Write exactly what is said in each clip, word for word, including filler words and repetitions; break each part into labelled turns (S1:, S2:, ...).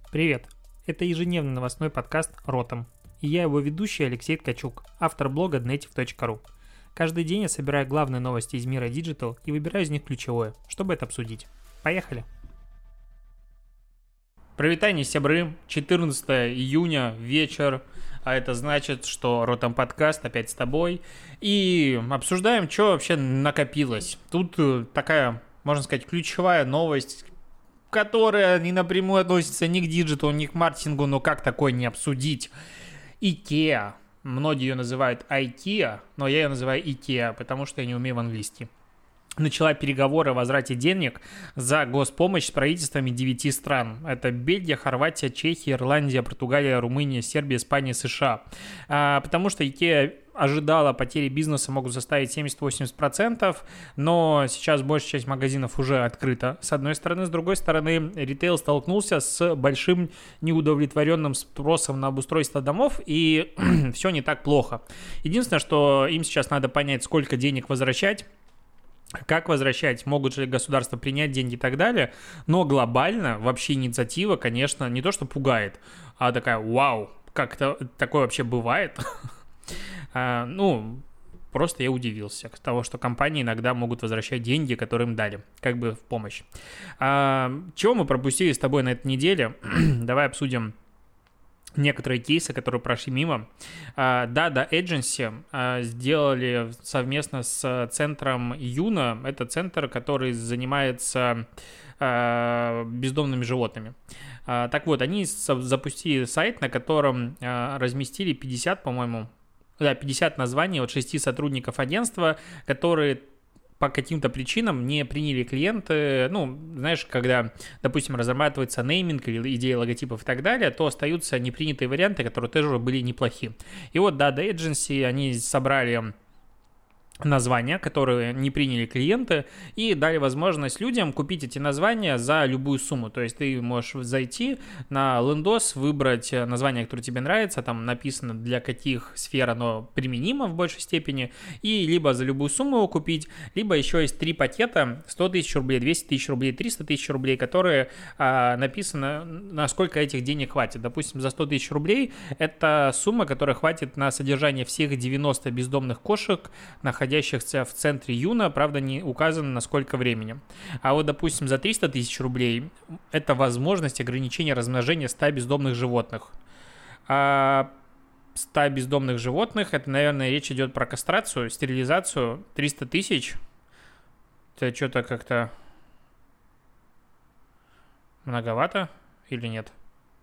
S1: Привет! Это ежедневный новостной подкаст «Ротом». И я его ведущий Алексей Ткачук, автор блога днетив точка ру. Каждый день я собираю главные новости из мира Digital и выбираю из них ключевое, чтобы это обсудить. Поехали! Привет, сябры! четырнадцатое июня, вечер, а это значит, что Ротом подкаст опять с тобой. И обсуждаем, что вообще накопилось. Тут такая, можно сказать, ключевая новость, которая не напрямую относится ни к диджиталу, ни к маркетингу, но как такое не обсудить? IKEA. Многие ее называют IKEA, но я ее называю IKEA, потому что я не умею английский. Начала переговоры о возврате денег за госпомощь с правительствами девяти стран. Это Бельгия, Хорватия, Чехия, Ирландия, Португалия, Румыния, Сербия, Испания, США. А, потому что IKEA ожидала, потери бизнеса могут составить семьдесят-восемьдесят процентов, но сейчас большая часть магазинов уже открыта, с одной стороны. С другой стороны, ритейл столкнулся с большим неудовлетворенным спросом на обустройство домов, и все не так плохо. Единственное, что им сейчас надо понять, сколько денег возвращать, как возвращать, могут ли государства принять деньги и так далее, но глобально вообще инициатива, конечно, не то что пугает, а такая, вау, как это такое вообще бывает? а, ну, просто я удивился от того, что компании иногда могут возвращать деньги, которые им дали, как бы в помощь. А, чего мы пропустили с тобой на этой неделе? Давай обсудим некоторые кейсы, которые прошли мимо. Dada Agency сделали совместно с центром Юна. Это центр, который занимается бездомными животными. Так вот, они запустили сайт, на котором разместили пятьдесят, по-моему, да, пятьдесят названий от шести сотрудников агентства, которые по каким-то причинам не приняли клиенты. Ну, знаешь, когда, допустим, разрабатывается нейминг или идея логотипов и так далее, то остаются непринятые варианты, которые тоже были неплохи. И вот Dada Agency, они собрали названия, которые не приняли клиенты, и дали возможность людям купить эти названия за любую сумму. То есть ты можешь зайти на Лендос, выбрать название, которое тебе нравится, там написано, для каких сфер оно применимо в большей степени, и либо за любую сумму его купить, либо еще есть три пакета: сто тысяч рублей, двести тысяч рублей, триста тысяч рублей, которые а, написано, насколько этих денег хватит. Допустим, за сто тысяч рублей это сумма, которая хватит на содержание всех девяноста бездомных кошек, находящихся находящихся в центре Юна, правда, не указано на сколько времени. А вот, допустим, за триста тысяч рублей это возможность ограничения размножения ста бездомных животных. А ста бездомных животных, это, наверное, речь идет про кастрацию, стерилизацию. Триста тысяч, это что-то как-то многовато или нет?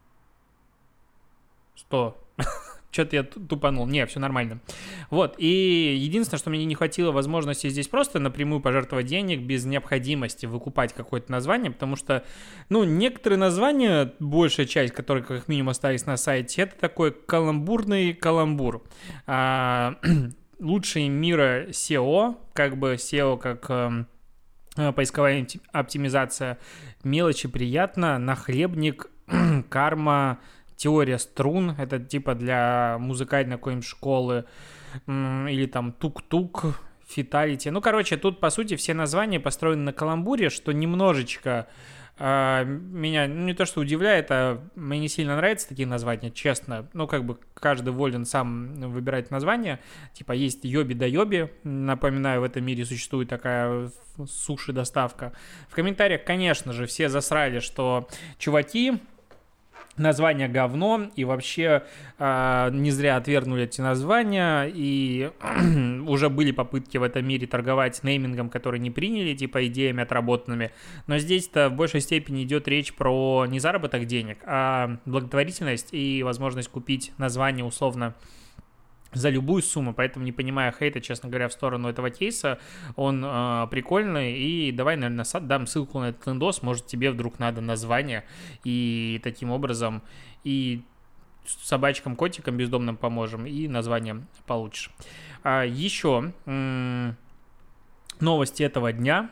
S1: сто. Что-то я тупанул. Не, все нормально. Вот, и единственное, что мне не хватило возможности здесь просто напрямую пожертвовать денег без необходимости выкупать какое-то название, потому что, ну, некоторые названия, большая часть, которые как минимум остались на сайте, это такой каламбурный каламбур. А, лучший мира сео, как бы сео как... поисковая оптимизация, мелочи приятно, нахлебник, карма, теория струн, это типа для музыкальной какой-нибудь школы, или там тук-тук, фиталити. Ну, короче, тут, по сути, все названия построены на каламбуре, что немножечко э, меня, ну, не то что удивляет, а мне не сильно нравятся такие названия, честно. Ну, как бы каждый волен сам выбирать название. Типа есть йоби да йоби. Напоминаю, в этом мире существует такая суши-доставка. В комментариях, конечно же, все засрали, что чуваки... название говно, и вообще э, не зря отвергнули эти названия, и уже были попытки в этом мире торговать неймингом, который не приняли, типа идеями отработанными, но здесь-то в большей степени идет речь про не заработок денег, а благотворительность и возможность купить название условно за любую сумму, поэтому не понимаю хейта, честно говоря, в сторону этого кейса. Он э, прикольный, и давай, наверное, дам ссылку на этот лендос, может, тебе вдруг надо название, и таким образом и собачкам, котикам бездомным поможем, и название получишь. А еще м- новости этого дня.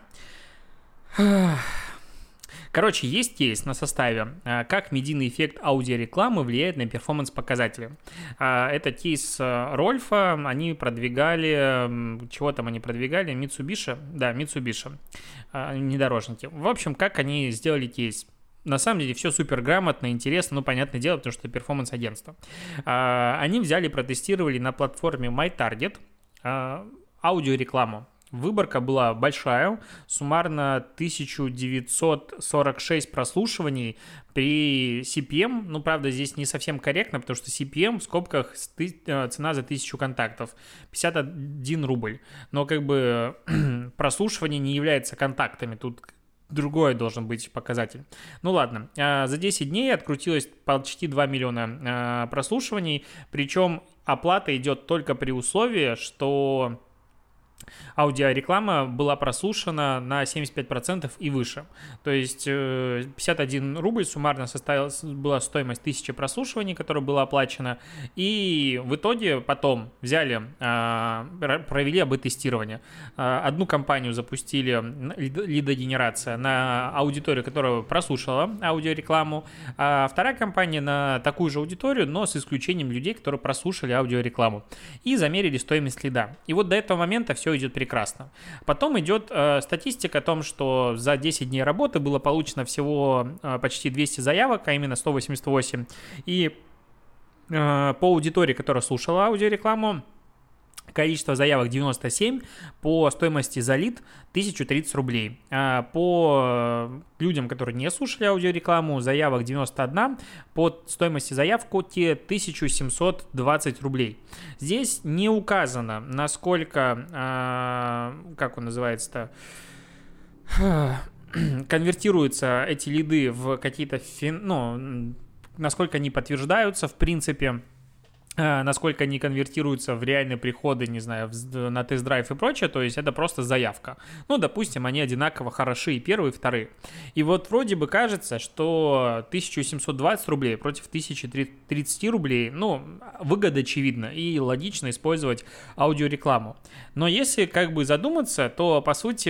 S1: Короче, есть кейс на составе, как медийный эффект аудиорекламы влияет на перформанс-показатели. Это кейс Рольфа, они продвигали, чего там они продвигали, Mitsubishi, да, Mitsubishi, внедорожники. В общем, как они сделали кейс? на самом деле все супер грамотно, интересно, ну, понятное дело, потому что это перформанс-агентство. Они взяли, протестировали на платформе MyTarget аудиорекламу. Выборка была большая, суммарно тысяча девятьсот сорок шесть прослушиваний при си пи эм, ну, правда, здесь не совсем корректно, потому что си пи эм в скобках цена за тысячу контактов, пятьдесят один рубль, но как бы прослушивание не является контактами, тут другой должен быть показатель. Ну ладно, за десять дней открутилось почти два миллиона прослушиваний, причем оплата идет только при условии, что аудиореклама была прослушана на семьдесят пять процентов и выше. То есть пятьдесят один рубль суммарно составила, была стоимость тысячи прослушиваний, которая была оплачена. И в итоге потом взяли, провели АБ-тестирование. Одну кампанию запустили, лидогенерация, на аудиторию, которая прослушала аудиорекламу. А вторая кампания на такую же аудиторию, но с исключением людей, которые прослушали аудиорекламу. И замерили стоимость лида. И вот до этого момента все идет прекрасно. Потом идет э, статистика о том, что за десять дней работы было получено всего э, почти двести заявок, а именно сто восемьдесят восемь. И э, по аудитории, которая слушала аудиорекламу, количество заявок девяносто семь, по стоимости за лид тысяча тридцать рублей. А по людям, которые не слушали аудиорекламу, заявок девяносто один, по стоимости заявки тысяча семьсот двадцать рублей. Здесь не указано, насколько, а, как он называется-то, конвертируются эти лиды в какие-то, фин... ну, насколько они подтверждаются, в принципе, насколько они конвертируются в реальные приходы, не знаю, на тест-драйв и прочее, то есть это просто заявка. Ну, допустим, они одинаково хороши и первые, и вторые. И вот вроде бы кажется, что тысяча семьсот двадцать рублей против тысячи тридцать рублей, ну, выгода очевидна и логично использовать аудиорекламу. Но если как бы задуматься, то, по сути,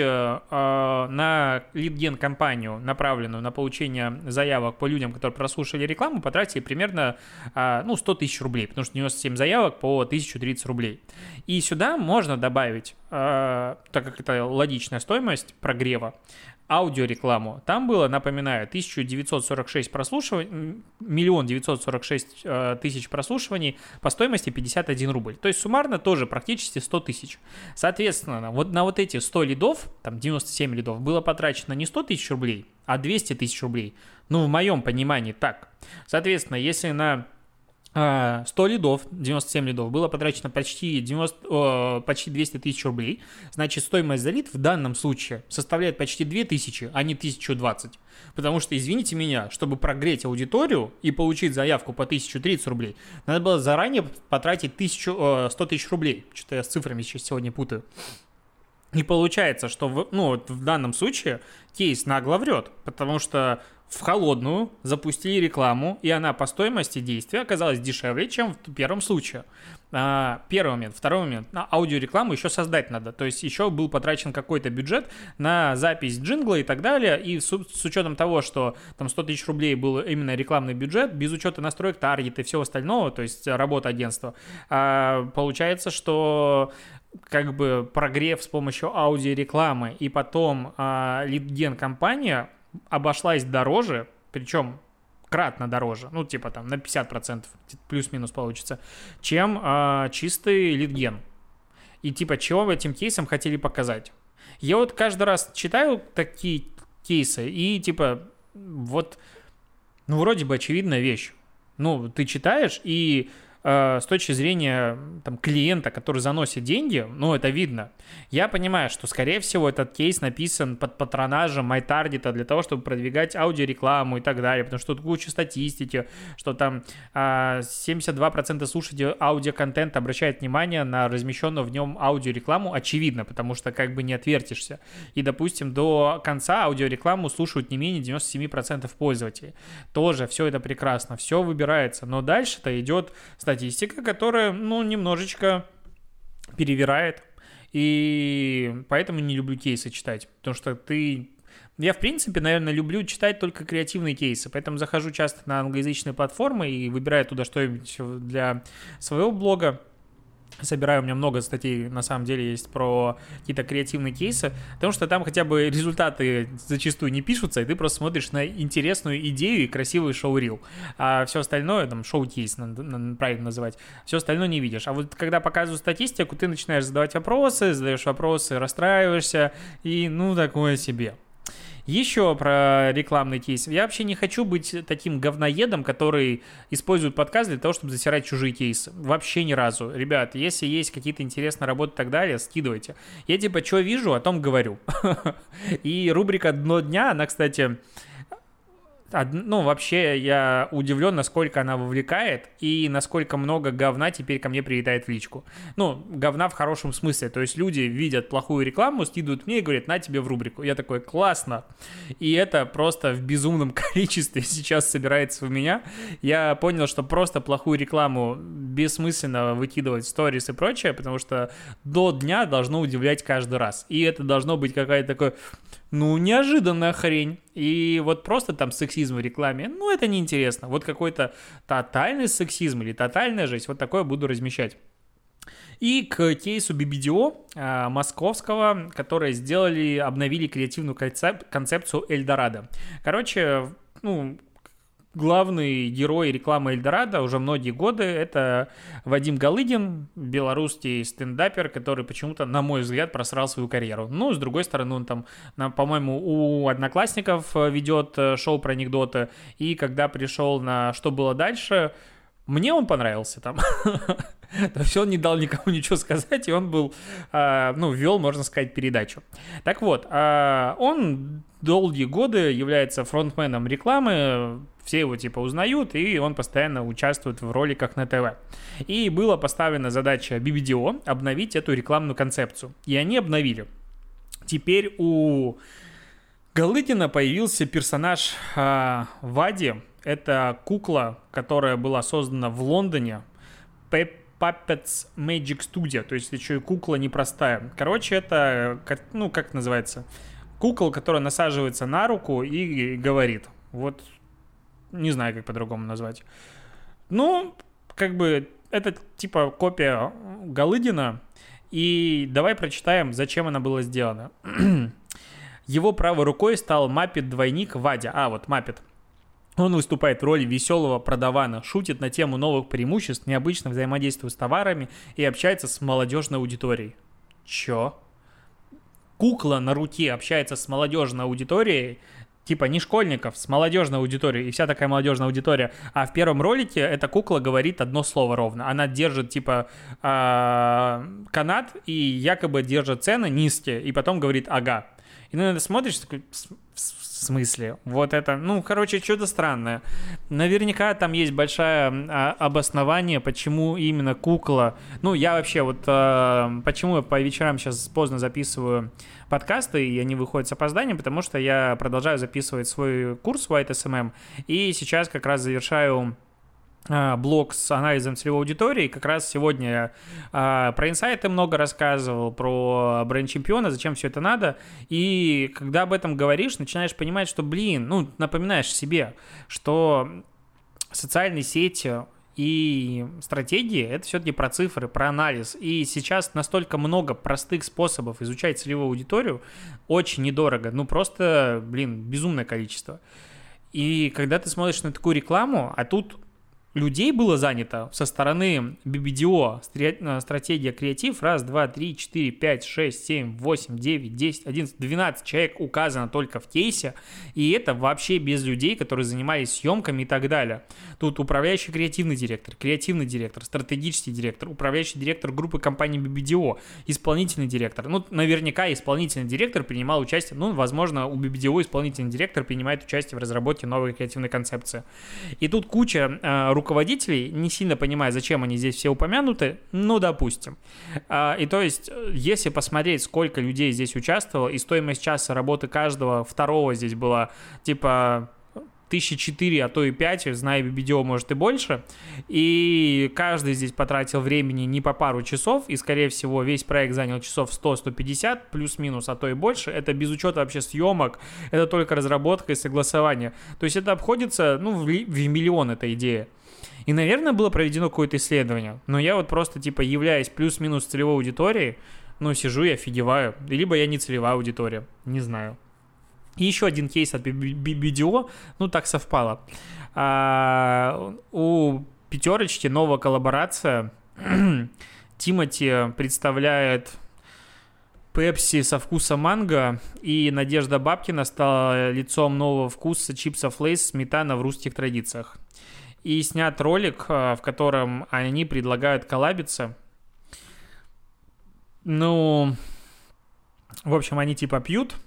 S1: на лид-ген-кампанию, направленную на получение заявок по людям, которые прослушали рекламу, потратили примерно, ну, сто тысяч рублей, потому что девяносто семь заявок по тысяча тридцать рублей. И сюда можно добавить, э, так как это логичная стоимость прогрева, аудиорекламу. Там было, напоминаю, тысяча девятьсот сорок шесть прослушиваний, миллион девятьсот сорок шесть э, тысяч прослушиваний по стоимости пятьдесят один рубль. То есть суммарно тоже практически сто тысяч. Соответственно, вот на вот эти сто лидов, там девяносто семь лидов, было потрачено не сто тысяч рублей, а двести тысяч рублей. Ну, в моем понимании так. Соответственно, если на сто лидов, девяносто семь лидов, было потрачено почти, девяносто, о, почти двести тысяч рублей, значит, стоимость за лид в данном случае составляет почти две тысячи, а не тысяча двадцать. Потому что, извините меня, чтобы прогреть аудиторию и получить заявку по тысяча тридцать рублей, надо было заранее потратить тысячу, о, сто тысяч рублей. Что-то я с цифрами сейчас сегодня путаю. И получается, что в, ну, вот в данном случае кейс нагло врет, потому что в холодную запустили рекламу, и она по стоимости действия оказалась дешевле, чем в первом случае. А, первый момент. Второй момент. На аудиорекламу еще создать надо. То есть еще был потрачен какой-то бюджет на запись джингла и так далее. И с, с учетом того, что там сто тысяч рублей был именно рекламный бюджет, без учета настроек таргета и всего остального, то есть работа агентства, а, получается, что как бы прогрев с помощью аудиорекламы и потом а, лид-ген-компания обошлась дороже, причем кратно дороже, ну типа там на пятьдесят процентов плюс-минус получится, чем а, чистый лид-ген. И типа чего этим кейсом хотели показать? Я вот каждый раз читаю такие кейсы и типа вот, ну вроде бы очевидная вещь. Ну ты читаешь и с точки зрения там, клиента, который заносит деньги, ну, это видно. Я понимаю, что, скорее всего, этот кейс написан под патронажем MyTarget для того, чтобы продвигать аудиорекламу и так далее, потому что тут куча статистики, что там семьдесят два процента слушателей аудиоконтента обращают внимание на размещенную в нем аудиорекламу, очевидно, потому что как бы не отвертишься. И, допустим, до конца аудиорекламу слушают не менее девяносто семь процентов пользователей. Тоже все это прекрасно, все выбирается, но дальше-то идет статистика, статистика, которая, ну, немножечко перевирает, и поэтому не люблю кейсы читать, потому что ты... Я, в принципе, наверное, люблю читать только креативные кейсы, поэтому захожу часто на англоязычные платформы и выбираю туда что-нибудь для своего блога, собираю, у меня много статей, на самом деле, есть про какие-то креативные кейсы, потому что там хотя бы результаты зачастую не пишутся, и ты просто смотришь на интересную идею и красивый шоу-рил. А все остальное, там, шоу-кейс, надо, надо правильно называть, все остальное не видишь. А вот когда показывают статистику, ты начинаешь задавать вопросы, задаешь вопросы, расстраиваешься, и ну такое себе. Еще про рекламный кейс. Я вообще не хочу быть таким говноедом, который использует подкаст для того, чтобы засирать чужие кейсы. Вообще ни разу. Ребят, если есть какие-то интересные работы и так далее, скидывайте. Я типа что вижу, о том говорю. И рубрика «Дно дня», она, кстати... Ну, вообще, я удивлен, насколько она вовлекает и насколько много говна теперь ко мне прилетает в личку. Ну, говна в хорошем смысле. То есть люди видят плохую рекламу, скидывают мне и говорят: на тебе в рубрику. Я такой: классно. И это просто в безумном количестве сейчас собирается у меня. Я понял, что просто плохую рекламу бессмысленно выкидывать в сторис и прочее, потому что до дня должно удивлять каждый раз. И это должно быть какая-то такая... Ну, неожиданная хрень. И вот просто там сексизм в рекламе, ну, это неинтересно. Вот какой-то тотальный сексизм или тотальная жесть, вот такое буду размещать. И к кейсу би би ди о э, московского, которые сделали, обновили креативную концеп- концепцию Эльдорадо. Короче, ну... Главный герой рекламы Эльдорадо уже многие годы — это Вадим Галыгин, белорусский стендапер, который почему-то, на мой взгляд, просрал свою карьеру. Ну, с другой стороны, он там, по-моему, у Одноклассников ведет шоу про анекдоты, и когда пришел на «Что было дальше», мне он понравился там. То есть он не дал никому ничего сказать, и он был, ну, вел, можно сказать, передачу. Так вот, он долгие годы является фронтменом рекламы, все его типа узнают, и он постоянно участвует в роликах на ТВ. И была поставлена задача би би ди о обновить эту рекламную концепцию. И они обновили. Теперь у Галыгина появился персонаж э, Вади. Это кукла, которая была создана в Лондоне. Puppets Magic Studio. То есть еще и кукла непростая. Короче, это, ну, как называется? Кукол, которая насаживается на руку и говорит. Вот, не знаю, как по-другому назвать. Ну, как бы, это типа копия Галыгина. И давай прочитаем, зачем она была сделана. Его правой рукой стал Маппет-двойник Вадя. А, вот Маппет. Он выступает в роли веселого продавана, шутит на тему новых преимуществ, необычно взаимодействует с товарами и общается с молодежной аудиторией. Чё? Кукла на руке общается с молодежной аудиторией, типа не школьников, с молодежной аудиторией, и вся такая молодежная аудитория. А в первом ролике эта кукла говорит одно слово ровно. Она держит типа э, канат и якобы держит цены низкие, и потом говорит «ага». И ну, ты смотришь, такой, в смысле? Вот это, ну, короче, что-то странное. Наверняка там есть большое а, обоснование, почему именно кукла. Ну, я вообще вот, а, почему я по вечерам сейчас поздно записываю подкасты, и они выходят с опозданием, потому что я продолжаю записывать свой курс White эс эм эм, и сейчас как раз завершаю блог с анализом целевой аудитории. Как раз сегодня я а, про инсайты много рассказывал, про бренд-чемпиона, зачем все это надо. И когда об этом говоришь, начинаешь понимать, что, блин, ну, напоминаешь себе, что социальные сети и стратегии — это все-таки про цифры, про анализ. И сейчас настолько много простых способов изучать целевую аудиторию, очень недорого. Ну, просто, блин, безумное количество. И когда ты смотришь на такую рекламу, а тут людей было занято со стороны би би ди о, стратегия креатив, раз, два, три, четыре, пять, шесть, семь, восемь, девять, десять, одиннадцать, двенадцать человек указано только в кейсе, и это вообще без людей, которые занимались съемками и так далее. Тут управляющий креативный директор, креативный директор, стратегический директор, управляющий директор группы компании би би ди о, исполнительный директор. Ну, наверняка исполнительный директор принимал участие, ну, возможно, у би би ди о исполнительный директор принимает участие в разработке новой креативной концепции. И тут куча э, руководителей, не сильно понимая, зачем они здесь все упомянуты, ну, допустим. А, и то есть, если посмотреть, сколько людей здесь участвовало, и стоимость часа работы каждого второго здесь была, типа, тысячи четыре, а то и пять, зная би би ди о, может и больше, и каждый здесь потратил времени не по пару часов, и, скорее всего, весь проект занял часов сто - сто пятьдесят, плюс-минус, а то и больше. Это без учета вообще съемок, это только разработка и согласование. То есть это обходится, ну, в, в миллион эта идея. И, наверное, было проведено какое-то исследование. Но я вот просто, типа, являясь плюс-минус целевой аудиторией, ну, сижу и офигеваю. Либо я не целевая аудитория, не знаю. И еще один кейс от би би ди о, ну, так совпало. А, у пятерочки новая коллаборация. Тимати представляет Пепси со вкусом манго, и Надежда Бабкина стала лицом нового вкуса чипсов Лейс сметана в русских традициях. И снят ролик, в котором они предлагают коллабиться. Ну, в общем, они типа пьют,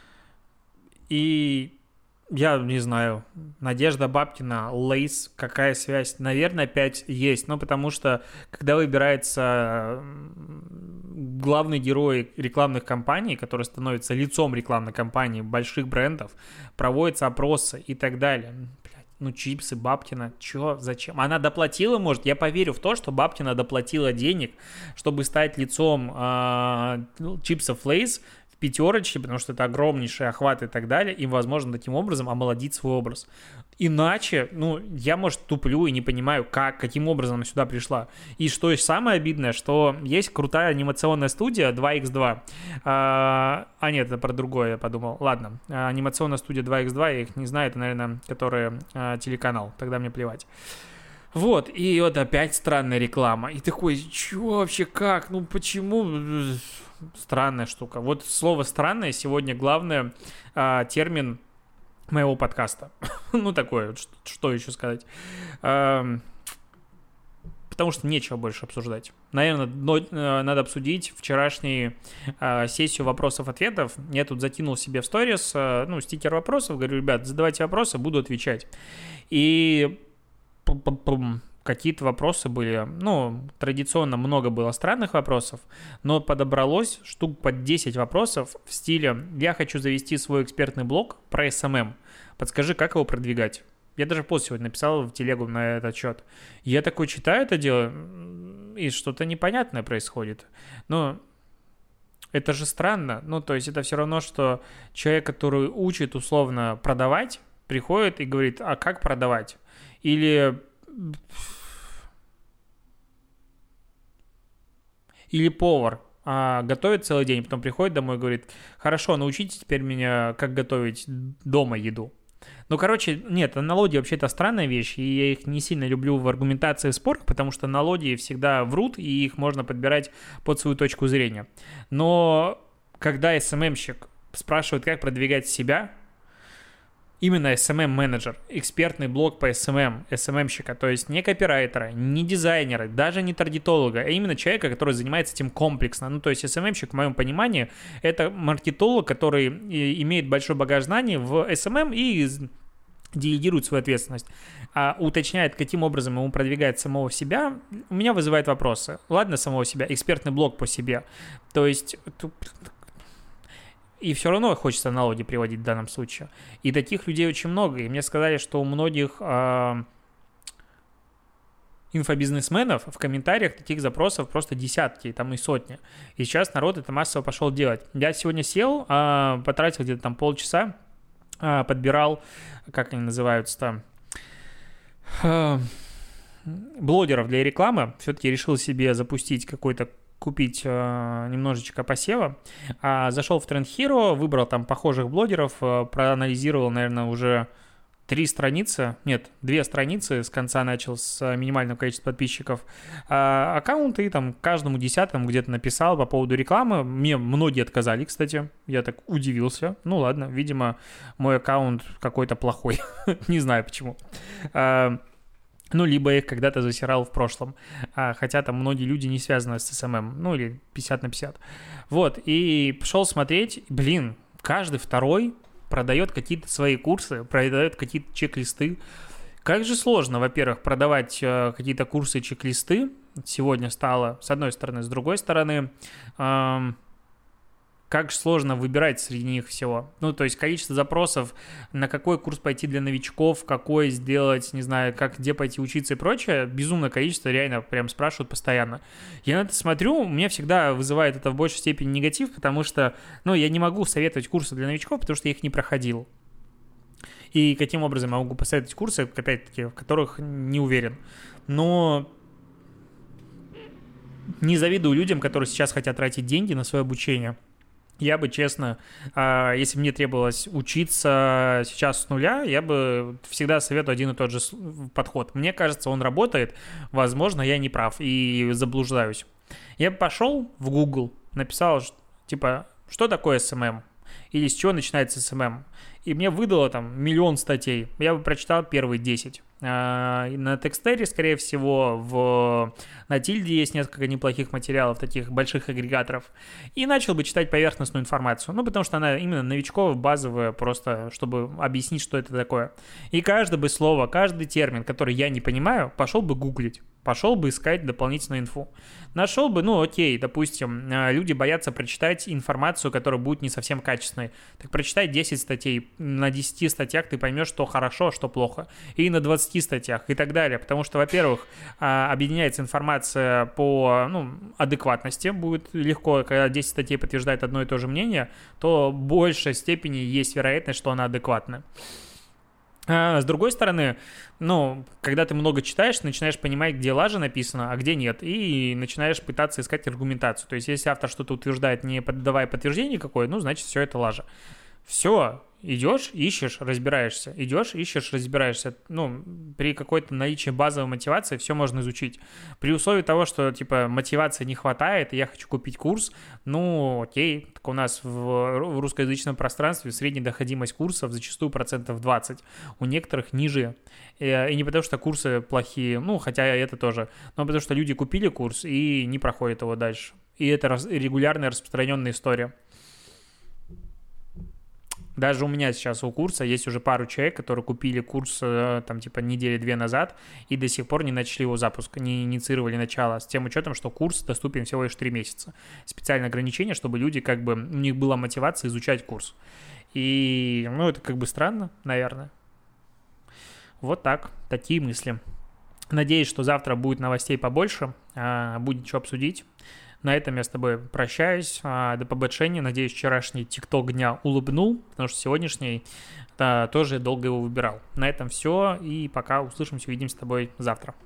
S1: и я не знаю, Надежда Бабкина, Лейс, какая связь? Наверное, опять есть, ну, потому что, когда выбирается главный герой рекламных кампаний, который становится лицом рекламной кампании больших брендов, проводятся опросы и так далее. Блядь, ну, чипсы, Бабкина, чё, зачем? Она доплатила, может? Я поверю в то, что Бабкина доплатила денег, чтобы стать лицом э, чипсов Лейс, пятерочки, потому что это огромнейший охват и так далее, им возможно таким образом омолодить свой образ. Иначе, ну, я, может, туплю и не понимаю, как, каким образом она сюда пришла. И что самое обидное, что есть крутая анимационная студия два икс два. А, а нет, это про другое я подумал. Ладно, анимационная студия два икс два, я их не знаю, это, наверное, которые а, телеканал, тогда мне плевать. Вот, и вот опять странная реклама. И такой, чё вообще, как, ну почему... Странная штука. Вот слово «странное» сегодня главный а, термин моего подкаста. Ну, такое, что, что еще сказать. А, потому что нечего больше обсуждать. Наверное, но, а, надо обсудить вчерашнюю а, сессию вопросов-ответов. Я тут закинул себе в сторис, а, ну, стикер вопросов. Говорю, ребят, задавайте вопросы, буду отвечать. И... какие-то вопросы были, ну, традиционно много было странных вопросов, но подобралось штук под десять вопросов в стиле «Я хочу завести свой экспертный блог про эс эм эм. Подскажи, как его продвигать?» Я даже пост сегодня написал в телегу на этот счет. Я такой читаю это дело, и что-то непонятное происходит. Но это же странно. Ну, то есть это все равно, что человек, который учит условно продавать, приходит и говорит, а как продавать? Или... Или повар а, готовит целый день, потом приходит домой и говорит, хорошо, научите теперь меня, как готовить дома еду. Ну, короче, нет, аналогии вообще-то странная вещь, и я их не сильно люблю в аргументации и спорах, потому что аналогии всегда врут, и их можно подбирать под свою точку зрения. Но когда эс эм эм-щик спрашивает, как продвигать себя, именно эс эм эм-менеджер, экспертный блог по эс эм эм, эс эм эм-щика, то есть не копирайтера, не дизайнера, даже не таргетолога, а именно человека, который занимается этим комплексно. Ну, то есть эс эм эм-щик, в моем понимании, это маркетолог, который имеет большой багаж знаний в эс эм эм и делегирует свою ответственность, а уточняет, каким образом ему продвигать самого себя, у меня вызывает вопросы. Ладно, самого себя, экспертный блог по себе. То есть... И все равно хочется аналогии приводить в данном случае. И таких людей очень много. И мне сказали, что у многих э, инфобизнесменов в комментариях таких запросов просто десятки, там и сотни. И сейчас народ это массово пошел делать. Я сегодня сел, э, потратил где-то там полчаса, э, подбирал, как они называются-то, э, блогеров для рекламы. Все-таки решил себе запустить какой-то купить э, немножечко посева. А, зашел в Trend Hero, выбрал там похожих блогеров, э, проанализировал, наверное, уже три страницы, нет, две страницы, с конца начал с минимального количества подписчиков, а, аккаунты, и там каждому десятому где-то написал по поводу рекламы. Мне многие отказали, кстати, я так удивился. Ну ладно, видимо, мой аккаунт какой-то плохой, не знаю почему. А, Ну, либо их когда-то засирал в прошлом. А, хотя там многие люди не связаны с эс эм эм. Ну, или пятьдесят на пятьдесят. Вот, и пошел смотреть. Блин, каждый второй продает какие-то свои курсы, продает какие-то чек-листы. Как же сложно, во-первых, продавать э, какие-то курсы, чек-листы. Сегодня стало, с одной стороны. С другой стороны... Э, как же сложно выбирать среди них всего. Ну, то есть количество запросов, на какой курс пойти для новичков, какой сделать, не знаю, как, где пойти учиться и прочее, безумное количество, реально прям спрашивают постоянно. Я на это смотрю, у меня всегда вызывает это в большей степени негатив, потому что, ну, я не могу советовать курсы для новичков, потому что я их не проходил. и каким образом я могу посоветовать курсы, опять-таки, в которых не уверен. Но не завидую людям, которые сейчас хотят тратить деньги на свое обучение. Я бы, честно, если бы мне требовалось учиться сейчас с нуля, я бы всегда советую один и тот же подход. Мне кажется, он работает. Возможно, я не прав и заблуждаюсь. Я бы пошел в Google, написал, типа, что такое эс эм эм? Или с чего начинается эс эм эм? И мне выдало там миллион статей. Я бы прочитал первые десять. На Текстере, скорее всего, в... на Тильде есть несколько неплохих материалов, таких больших агрегаторов. И начал бы читать поверхностную информацию. Ну, потому что она именно новичковая, базовая, просто чтобы объяснить, что это такое. И каждое бы слово, каждый термин, который я не понимаю, пошел бы гуглить. Пошел бы искать дополнительную инфу. Нашел бы, ну окей, допустим, люди боятся прочитать информацию, которая будет не совсем качественной. Так прочитай десять статей. На десяти статьях ты поймешь, что хорошо, что плохо. И на двадцати статьях и так далее. Потому что, во-первых, объединяется информация по ну, адекватности. Будет легко, когда десять статей подтверждают одно и то же мнение, то в большей степени есть вероятность, что она адекватна. А с другой стороны, ну, когда ты много читаешь, начинаешь понимать, где лажа написана, а где нет, и начинаешь пытаться искать аргументацию. То есть, если автор что-то утверждает, не давая подтверждение какое, ну, значит, все это лажа. Все, идешь, ищешь, разбираешься. Идешь, ищешь, разбираешься. Ну, при какой-то наличии базовой мотивации все можно изучить. При условии того, что, типа, мотивации не хватает, и я хочу купить курс, ну, окей, так у нас в, в русскоязычном пространстве средняя доходимость курсов зачастую процентов двадцать. У некоторых ниже. И, и не потому, что курсы плохие, ну, хотя это тоже, но потому, что люди купили курс и не проходят его дальше. И это рас, регулярная распространенная история. Даже у меня сейчас у курса есть уже пару человек, которые купили курс там типа недели-две назад и до сих пор не начали его запуск, не инициировали начало, с тем учетом, что курс доступен всего лишь три месяца. Специальное ограничение, чтобы люди как бы, у них была мотивация изучать курс. И, ну, это как бы странно, наверное. Вот так, такие мысли. Надеюсь, что завтра будет новостей побольше, будет что обсудить. На этом я с тобой прощаюсь. До побольшения. Надеюсь, вчерашний тикток дня улыбнул, потому что сегодняшний да, тоже долго его выбирал. На этом все. И пока. Услышимся, увидимся с тобой завтра.